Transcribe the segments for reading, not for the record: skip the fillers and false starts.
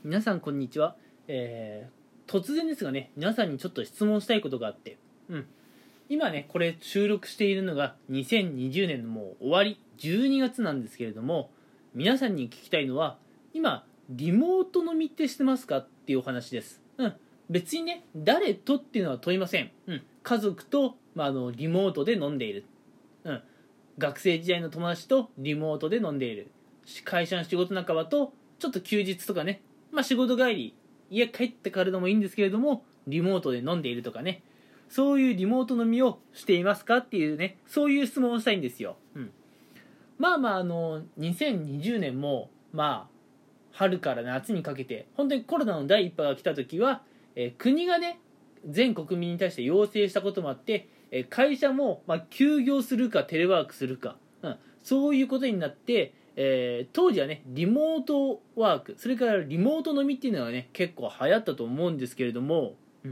皆さんこんにちは、突然ですがね、皆さんにちょっと質問したいことがあって、今ねこれ収録しているのが2020年のもう終わり12月なんですけれども、皆さんに聞きたいのは今リモート飲みってしてますかっていうお話です。別にね誰とっていうのは問いません。家族と、リモートで飲んでいる、学生時代の友達とリモートで飲んでいる、会社の仕事仲間とちょっと休日とかね、仕事帰り家帰ってからでもいいんですけれどもリモートで飲んでいるとかね、そういうリモート飲みをしていますかっていうね、そういう質問をしたいんですよ。2020年も春から夏にかけて本当にコロナの第一波が来た時は、国がね全国民に対して要請したこともあって、会社も休業するかテレワークするか、そういうことになって、当時はねリモートワーク、それからリモート飲みっていうのがね結構流行ったと思うんですけれども、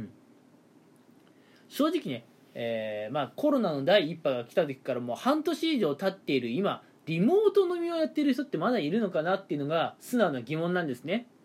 正直ね、コロナの第一波が来た時からもう半年以上経っている今、リモート飲みをやっている人ってまだいるのかなっていうのが素直な疑問なんですね。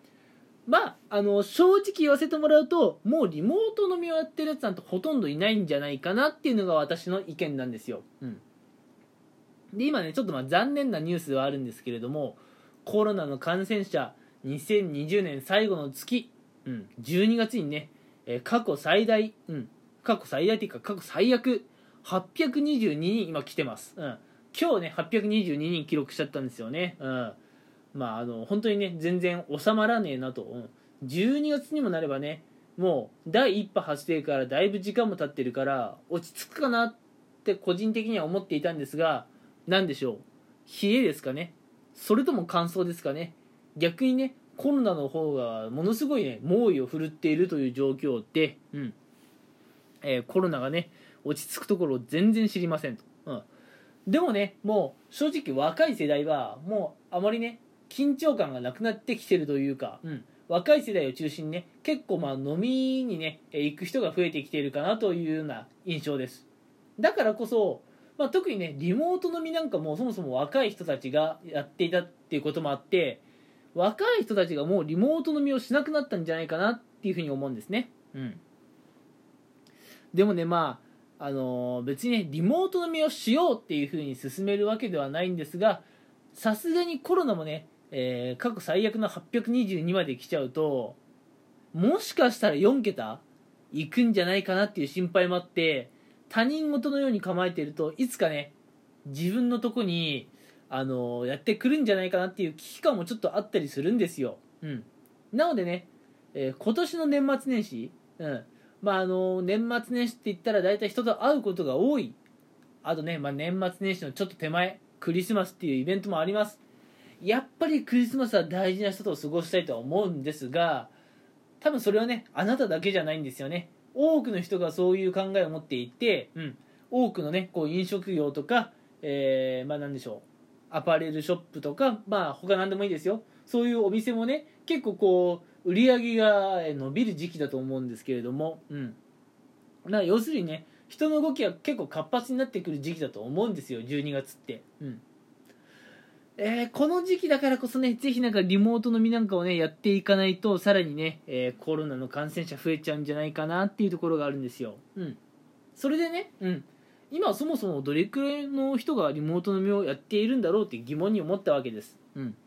正直言わせてもらうと、もうリモート飲みをやってるやつなんてほとんどいないんじゃないかなっていうのが私の意見なんですよ。で今ねちょっと残念なニュースではあるんですけれども、コロナの感染者2020年最後の月、12月にね、過去最大っていうか過去最悪822人今来てます。今日ね822人記録しちゃったんですよね。本当にね全然収まらねえなと、12月にもなればねもう第1波発生からだいぶ時間も経ってるから落ち着くかなって個人的には思っていたんですが、なんでしょう、冷えですかね、それとも乾燥ですかね。逆にねコロナの方がものすごいね猛威を振るっているという状況で、コロナがね落ち着くところを全然知りませんと、でもねもう正直若い世代はもうあまりね緊張感がなくなってきてるというか、若い世代を中心にね結構飲みにね行く人が増えてきているかなというような印象です。だからこそ特にねリモート飲みなんかもそもそも若い人たちがやっていたっていうこともあって、若い人たちがもうリモート飲みをしなくなったんじゃないかなっていうふうに思うんですね。でもね別にねリモート飲みをしようっていうふうに進めるわけではないんですが、さすがにコロナもね、過去最悪の822まで来ちゃうと、もしかしたら4桁いくんじゃないかなっていう心配もあって、他人事のように構えているといつかね自分のとこにやってくるんじゃないかなっていう危機感もちょっとあったりするんですよ。なのでね、今年の年末年始、年末年始って言ったら大体人と会うことが多い。あとね、年末年始のちょっと手前クリスマスっていうイベントもあります。やっぱりクリスマスは大事な人と過ごしたいとは思うんですが、多分それはねあなただけじゃないんですよね。多くの人がそういう考えを持っていて、多くのねこう飲食業とか、なんでしょう、アパレルショップとか他何でもいいですよ、そういうお店もね結構こう売り上げが伸びる時期だと思うんですけれども、要するにね人の動きが結構活発になってくる時期だと思うんですよ、12月って。この時期だからこそねぜひリモート飲みなんかをねやっていかないとさらにね、コロナの感染者増えちゃうんじゃないかなっていうところがあるんですよ。それでね、今そもそもどれくらいの人がリモート飲みをやっているんだろうって疑問に思ったわけです。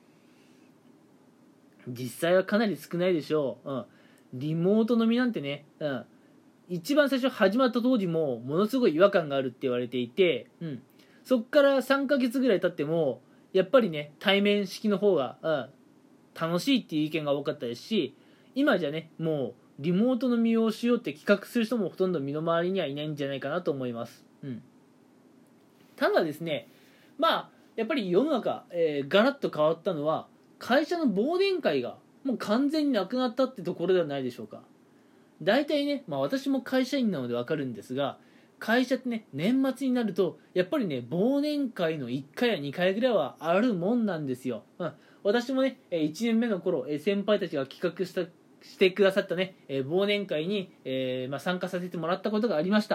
実際はかなり少ないでしょう。リモート飲みなんてね、一番最初始まった当時もものすごい違和感があるって言われていて、そっから3ヶ月ぐらい経ってもやっぱりね対面式の方が、楽しいっていう意見が多かったですし、今じゃねもうリモート飲みをしようって企画する人もほとんど身の回りにはいないんじゃないかなと思います。ただですねやっぱり世の中、ガラッと変わったのは会社の忘年会がもう完全になくなったってところではないでしょうか。大体ね、私も会社員なので分かるんですが、会社ってね年末になるとやっぱりね忘年会の1回や2回ぐらいはあるもんなんですよ。私もね1年目の頃先輩たちが企画してくださったね忘年会に、参加させてもらったことがありました。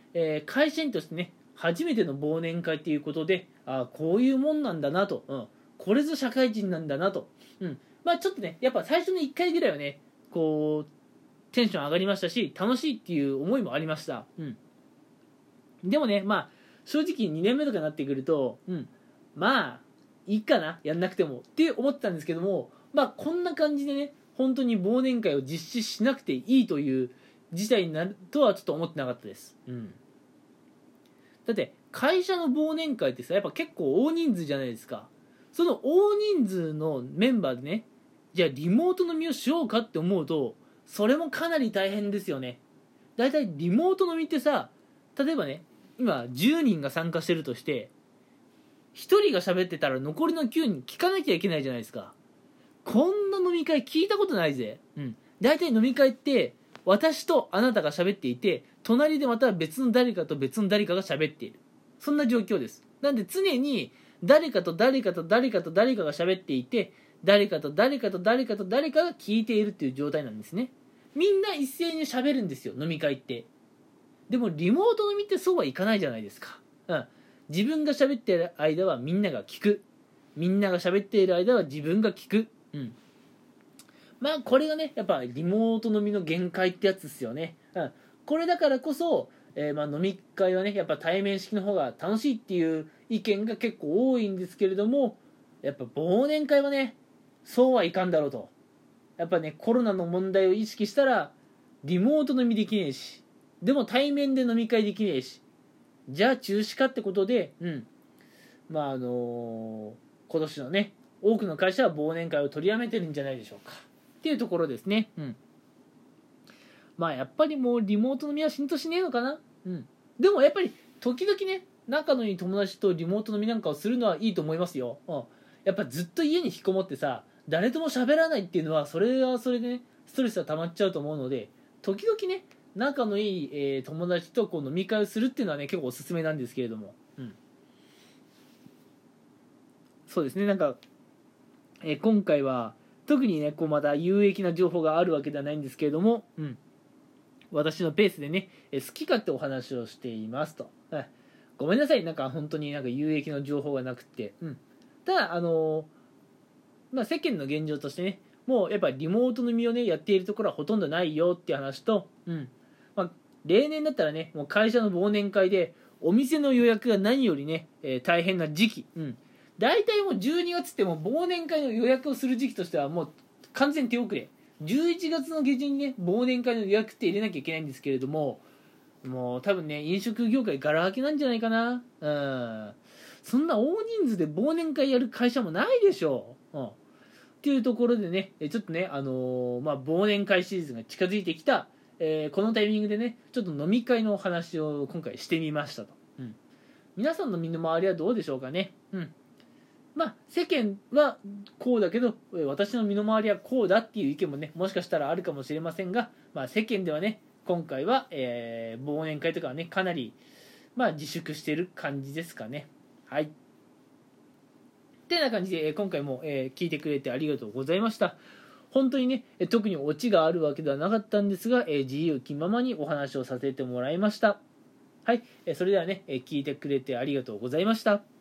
会社員としてね初めての忘年会っていうことで、こういうもんなんだなと、 これぞ社会人なんだなと、まあちょっとねやっぱ最初の1回ぐらいはねこうテンション上がりましたし楽しいっていう思いもありました、でもねまあ正直2年目とかになってくると、まあいいかなやんなくてもって思ってたんですけども、まあこんな感じでね本当に忘年会を実施しなくていいという事態になるとはちょっと思ってなかったです、だって会社の忘年会ってさやっぱ結構大人数じゃないですか。その大人数のメンバーでねじゃあリモート飲みをしようかって思うとそれもかなり大変ですよね。だいたいリモート飲みってさ例えばね今10人が参加してるとして1人が喋ってたら残りの9人聞かなきゃいけないじゃないですか。こんな飲み会聞いたことないぜ。だいたい飲み会って私とあなたが喋っていて隣でまた別の誰かと別の誰かが喋っている、そんな状況です。なんで常に誰かと誰かと誰かと誰かが喋っていて誰かと誰かと誰かと誰かが聞いているっていう状態なんですね。みんな一斉に喋るんですよ飲み会って。でもリモート飲みってそうはいかないじゃないですか。自分が喋っている間はみんなが聞く、みんなが喋っている間は自分が聞く、まあこれがねやっぱリモート飲みの限界ってやつですよね、これだからこそ、まあ飲み会はねやっぱ対面式の方が楽しいっていう意見が結構多いんですけれども、やっぱ忘年会はねそうはいかんだろうと。やっぱねコロナの問題を意識したらリモート飲みできねえしでも対面で飲み会できねえしじゃあ中止かってことで、まあ今年のね多くの会社は忘年会を取りやめてるんじゃないでしょうかっていうところですね。まあやっぱりもうリモート飲みは浸透しねえのかな。でもやっぱり時々ね仲のいい友達とリモート飲みなんかをするのはいいと思いますよ。やっぱずっと家に引きこもってさ誰とも喋らないっていうのはそれはそれでねストレスが溜まっちゃうと思うので、時々ね仲のいい、友達とこう飲み会をするっていうのはね結構おすすめなんですけれども、そうですねなんか、今回は特にねこうまた有益な情報があるわけではないんですけれども、私のペースでね好き勝手お話をしていますと、ごめんなさいなんか本当になんか有益な情報がなくて、ただまあ、世間の現状としてねもうやっぱリモート飲みをねやっているところはほとんどないよっていう話と、まあ、例年だったらねもう会社の忘年会でお店の予約が何よりね、大変な時期、大体もう12月ってもう忘年会の予約をする時期としてはもう完全手遅れ。11月の下旬にね忘年会の予約って入れなきゃいけないんですけれども、もう多分ね飲食業界ガラ空きなんじゃないかな。そんな大人数で忘年会やる会社もないでしょう。っていうところでねちょっとねまあ忘年会シーズンが近づいてきた、このタイミングでねちょっと飲み会のお話を今回してみましたと、皆さんの身の回りはどうでしょうかね。まあ世間はこうだけど私の身の回りはこうだっていう意見もねもしかしたらあるかもしれませんが、まあ、世間ではね今回は、忘年会とかはねかなり、まあ、自粛している感じですかね。はいってな感じで今回も、聞いてくれてありがとうございました。本当にね特にオチがあるわけではなかったんですが、自由気ままにお話をさせてもらいました。はい、それではね聞いてくれてありがとうございました。